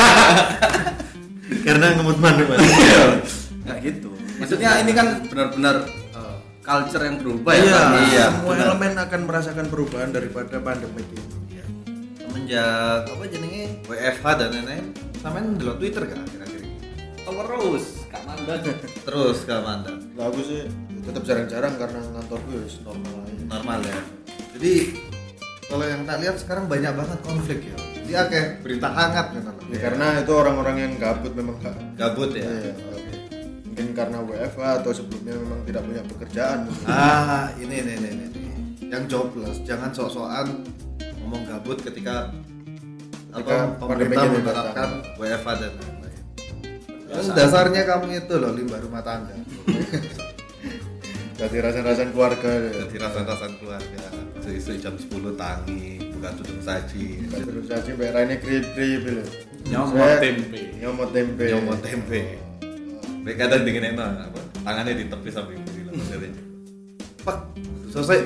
Karena ngemut manuk Mas. Enggak gitu. Maksudnya ini kan benar-benar culture yang berubah ya. Iya, Iya, semua benar. elemen akan merasakan perubahan daripada pandemi ini. Semenjak apa jenenge WFH dan lain-lain, sampean ndelok Twitter gak kira-kira? Terus Kak Mandang. Terus gak mandang. Lah aku sih tetap jarang-jarang karena kantorku ya normal aja. Normal ya. Jadi kalau yang tak lihat sekarang banyak banget konflik ya. Jadi kayak berita hangat kan. Ya, karena itu orang-orang yang gabut memang gak. gabut ya. Iya, oke. Mungkin karena WFH atau sebelumnya memang tidak punya pekerjaan. Ini. Yang jobless, jangan sok-sokan ngomong gabut ketika pemerintah pandemi menerapkan WFH dan lain-lain. Yang dasarnya kamu itu loh limbah rumah tangga. Jadi rasa-rasa keluarga ya. Jadi rasa-rasa keluarga. Seisi jam 10 tangi, buka tudung saji. Terus saja Mbak Raine krip-krip lho. Nyomot tempe. Nyomot tempe. Nyomot tempe. Mereka kadang dingin enak apa? Tangannya ditepis sampai gini lah maksudnya. Pak, selesai.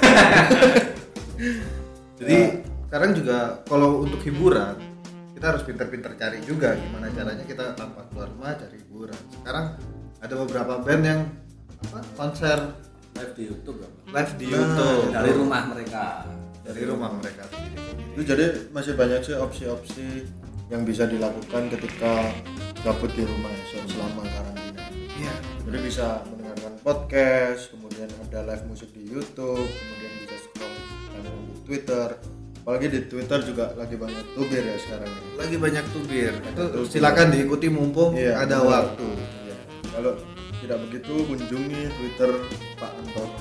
Jadi sekarang juga kalau untuk hiburan kita harus pintar-pintar cari juga gimana caranya kita tanpa keluar rumah cari hiburan. Sekarang ada beberapa band yang konser Live di YouTube apa? live di YouTube Dari rumah mereka. dari rumah mereka sendiri. Itu jadi masih banyak sih opsi-opsi yang bisa dilakukan ketika gabut di rumah ya, selama karantina. Iya. Jadi bisa mendengarkan podcast, kemudian ada live musik di YouTube, kemudian bisa scroll di Twitter. Apalagi di Twitter juga lagi banyak tubir ya sekarang ini. Lagi banyak tubir. Itu silakan diikuti mumpung Iya, ada benar. waktu. Iya. Kalau tidak begitu kunjungi Twitter Pak Antono.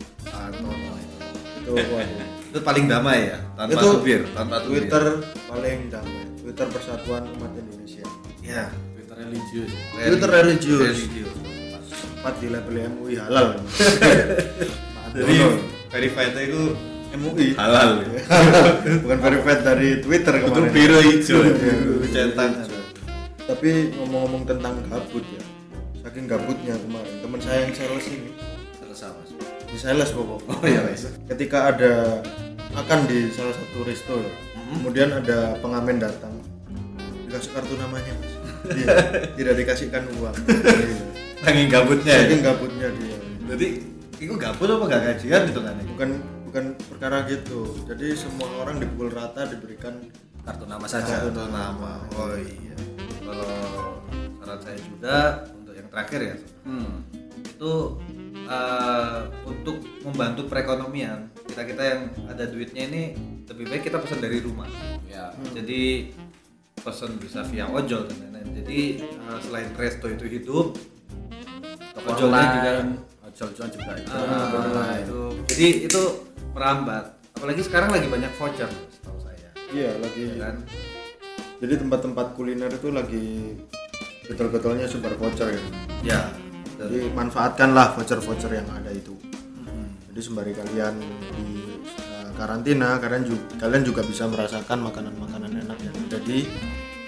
Itu waduh. Itu paling damai ya, tanpa Itu tubir, tanpa tubir. Twitter paling damai. Twitter Persatuan Umat Indonesia. Ya, Twitter religius. Twitter religius. Religius. Sempat di label MUI halal. Jadi verified itu MUI halal. bukan verified dari Twitter Itu kemarin. biru hijau, Biru centang. hijau. Tapi ngomong-ngomong tentang gabut ya, saking gabutnya kemarin teman saya yang sales ini Selesai Mas. di sales pokok. Oh iya, Mas. Ketika ada makan di salah satu resto ya, kemudian ada pengamen datang dikasih kartu namanya Mas. Dia tidak dikasihkan uang. Iya. Saking gabutnya ya. Saking gabutnya dia. Jadi itu gabut apa gak gajian itu kan? Bukan perkara gitu. Jadi semua orang dipukul rata diberikan Kartu nama saja. Satu nama. Oh iya. Kalau saran saya juga untuk yang terakhir ya, itu untuk membantu perekonomian kita yang ada duitnya ini lebih baik kita pesan dari rumah. Ya. Jadi pesan bisa via ojol dan lain-lain. Jadi selain resto itu hidup, ojolnya juga ojol juga itu. itu. Jadi itu merambat. Apalagi sekarang lagi banyak voucher, setahu saya. iya lagi Ya kan? Jadi tempat-tempat kuliner itu lagi betul-betulnya sumber voucher ya. Ya. Jadi manfaatkanlah voucher-voucher yang ada itu. Jadi sembari kalian di karantina, kalian juga bisa merasakan makanan-makanan enak yang ada di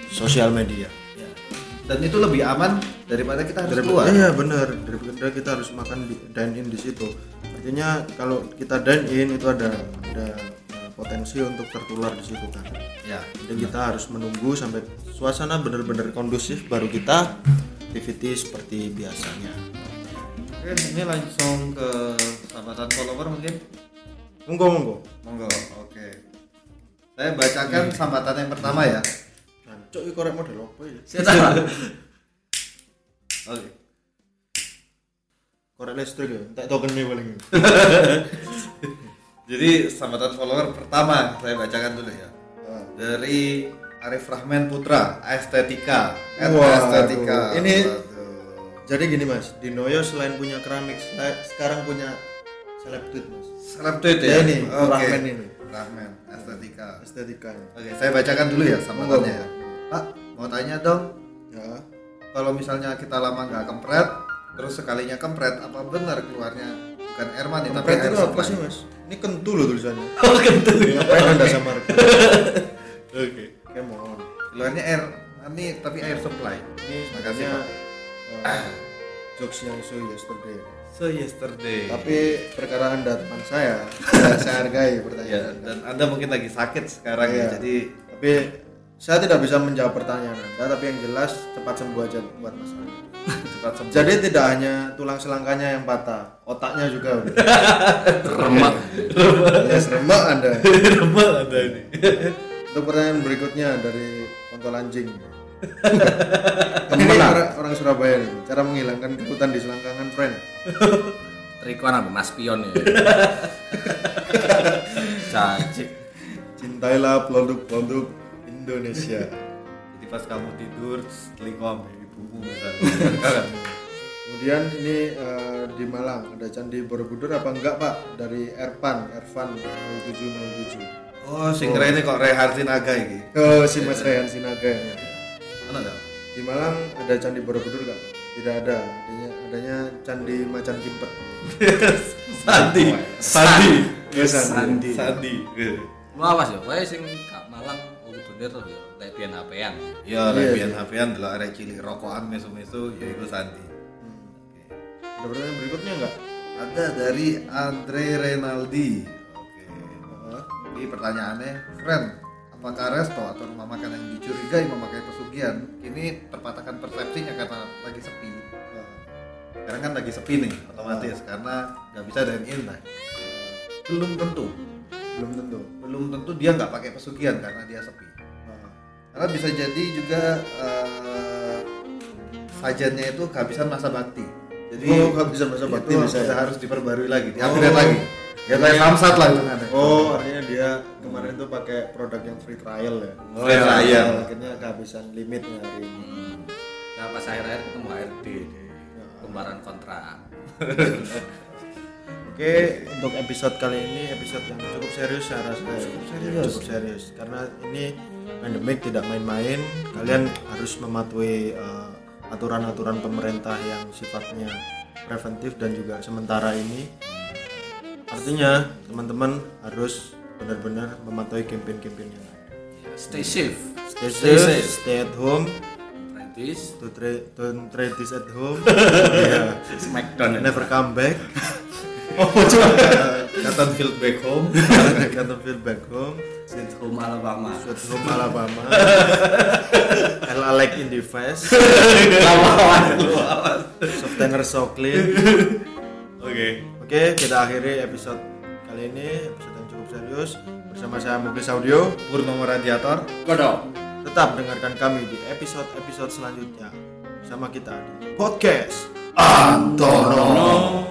sosial media. Ya. Dan itu lebih aman daripada kita harus keluar. Iya benar, daripada kita harus makan dine in di situ. Artinya kalau kita dine in itu ada potensi untuk tertular di situ kan. Ya. Jadi kita harus menunggu sampai suasana benar-benar kondusif baru kita activity seperti biasanya. Oke, ini langsung ke sambatan follower mungkin. Monggo. Oke. Saya bacakan sambatan yang pertama ya. Cok iki korek model apa ya? Oke. Korek listrik ya, tak token nih paling. Jadi sambatan follower pertama saya bacakan dulu ya. Dari Arif Rahman Putra, Estetika. Estetika. Ini jadi gini Mas, di Noyo selain punya keramik, sekarang punya seleb-tweet Mas. Seleb-tweet ya ini, Rahman ini. Rahman, Estetika. Oke, saya bacakan dulu ya sambatannya ya. Pak, mau tanya dong. Ya. Kalau misalnya kita lama nggak kempret, terus sekalinya kempret, apa benar keluarnya bukan air mani tapi Kempret air itu apa supply? sih Mas? Ini kentu loh tulisannya. Oh, kentu. Ngapain Anda samarkan? Oke. Mohon. Keluarnya air mani tapi air supply. Ini Makasih, sebenarnya jokes yang so yesterday. Tapi Tapi perkara Anda teman saya hargai ya, pertanyaan. dan Anda mungkin lagi sakit sekarang Iya. ya. Jadi Tapi saya tidak bisa menjawab pertanyaan Anda, tapi yang jelas cepat sembuh aja buat Mas Andi. cepat sembuh. Jadi tidak hanya tulang selangkanya yang patah, otaknya juga udah. Remak. Ya remak Anda. Remak Anda ini. Untuk pertanyaan berikutnya dari kontol anjing. Ini orang Surabaya nih, cara menghilangkan kekutan di selangkangan friend. Trikoan apa Mas Pion ya. Cacik. Cintailah produk-produk Indonesia. Jadi pas kamu tidur selingkuh sama ibumu misalnya. Kemudian ini di Malang ada Candi Borobudur apa enggak Pak? Dari Ervan 0707. Oh, sing ini kok Rehan Sinaga iki. Oh, si Mas Rehan Sinaga ya. Mana enggak? Di Malang ada Candi Borobudur enggak? Tidak ada. Adanya Candi Macan Kimpet. Sandi. Ya Sandi. Lu awas ya, kowe sing gak Malang kudune to ya, lek biyen HP-an. Ya, Iya, lebihan HP-an delok arek cilik rokokan mesu-mesu ya iku Sandi. Ada pertanyaan berikutnya enggak? Ada dari Andre Renaldi. Oke. Ini pertanyaannya, friend, apakah resto atau rumah makan yang dicurigai memakai pesugihan kini terpatahkan persepsinya karena lagi sepi? Sekarang kan lagi sepi nih, otomatis karena nggak bisa dine in lah. Belum tentu dia nggak pakai pesugihan karena dia sepi. Karena bisa jadi juga sajennya itu kehabisan masa bakti. Jadi kehabisan masa bakti itu bisa ya? harus diperbarui lagi, di-upgrade lagi. Ya kayak Samsat lah itu kan. Oh, artinya dia kemarin tuh pakai produk yang free trial ya. Free trial. Akhirnya kehabisan limitnya hari ini. Ya pas akhir-akhir ketemu HRD di lembaran kontrak. Oke, untuk episode kali ini episode yang cukup serius saya rasa. Cukup serius karena ini pandemik tidak main-main. Kalian harus mematuhi aturan-aturan pemerintah yang sifatnya preventif dan juga sementara ini. Artinya teman-teman harus benar-benar mematuhi campaign-campaign yang ada. Stay safe. Stay safe, stay at home. Practice. Don't try this at home. Yeah. Smackdown. Never come back. Cotton field back home. Can't feel back home. Sweet home Alabama. Sweet home Alabama. I like in the face. Softener so clean. Oke, kita akhiri episode kali ini, episode yang cukup serius bersama saya Muglis Audio, Purnomo Radiator. Godok. Tetap dengarkan kami di episode-episode selanjutnya bersama kita di podcast Antono.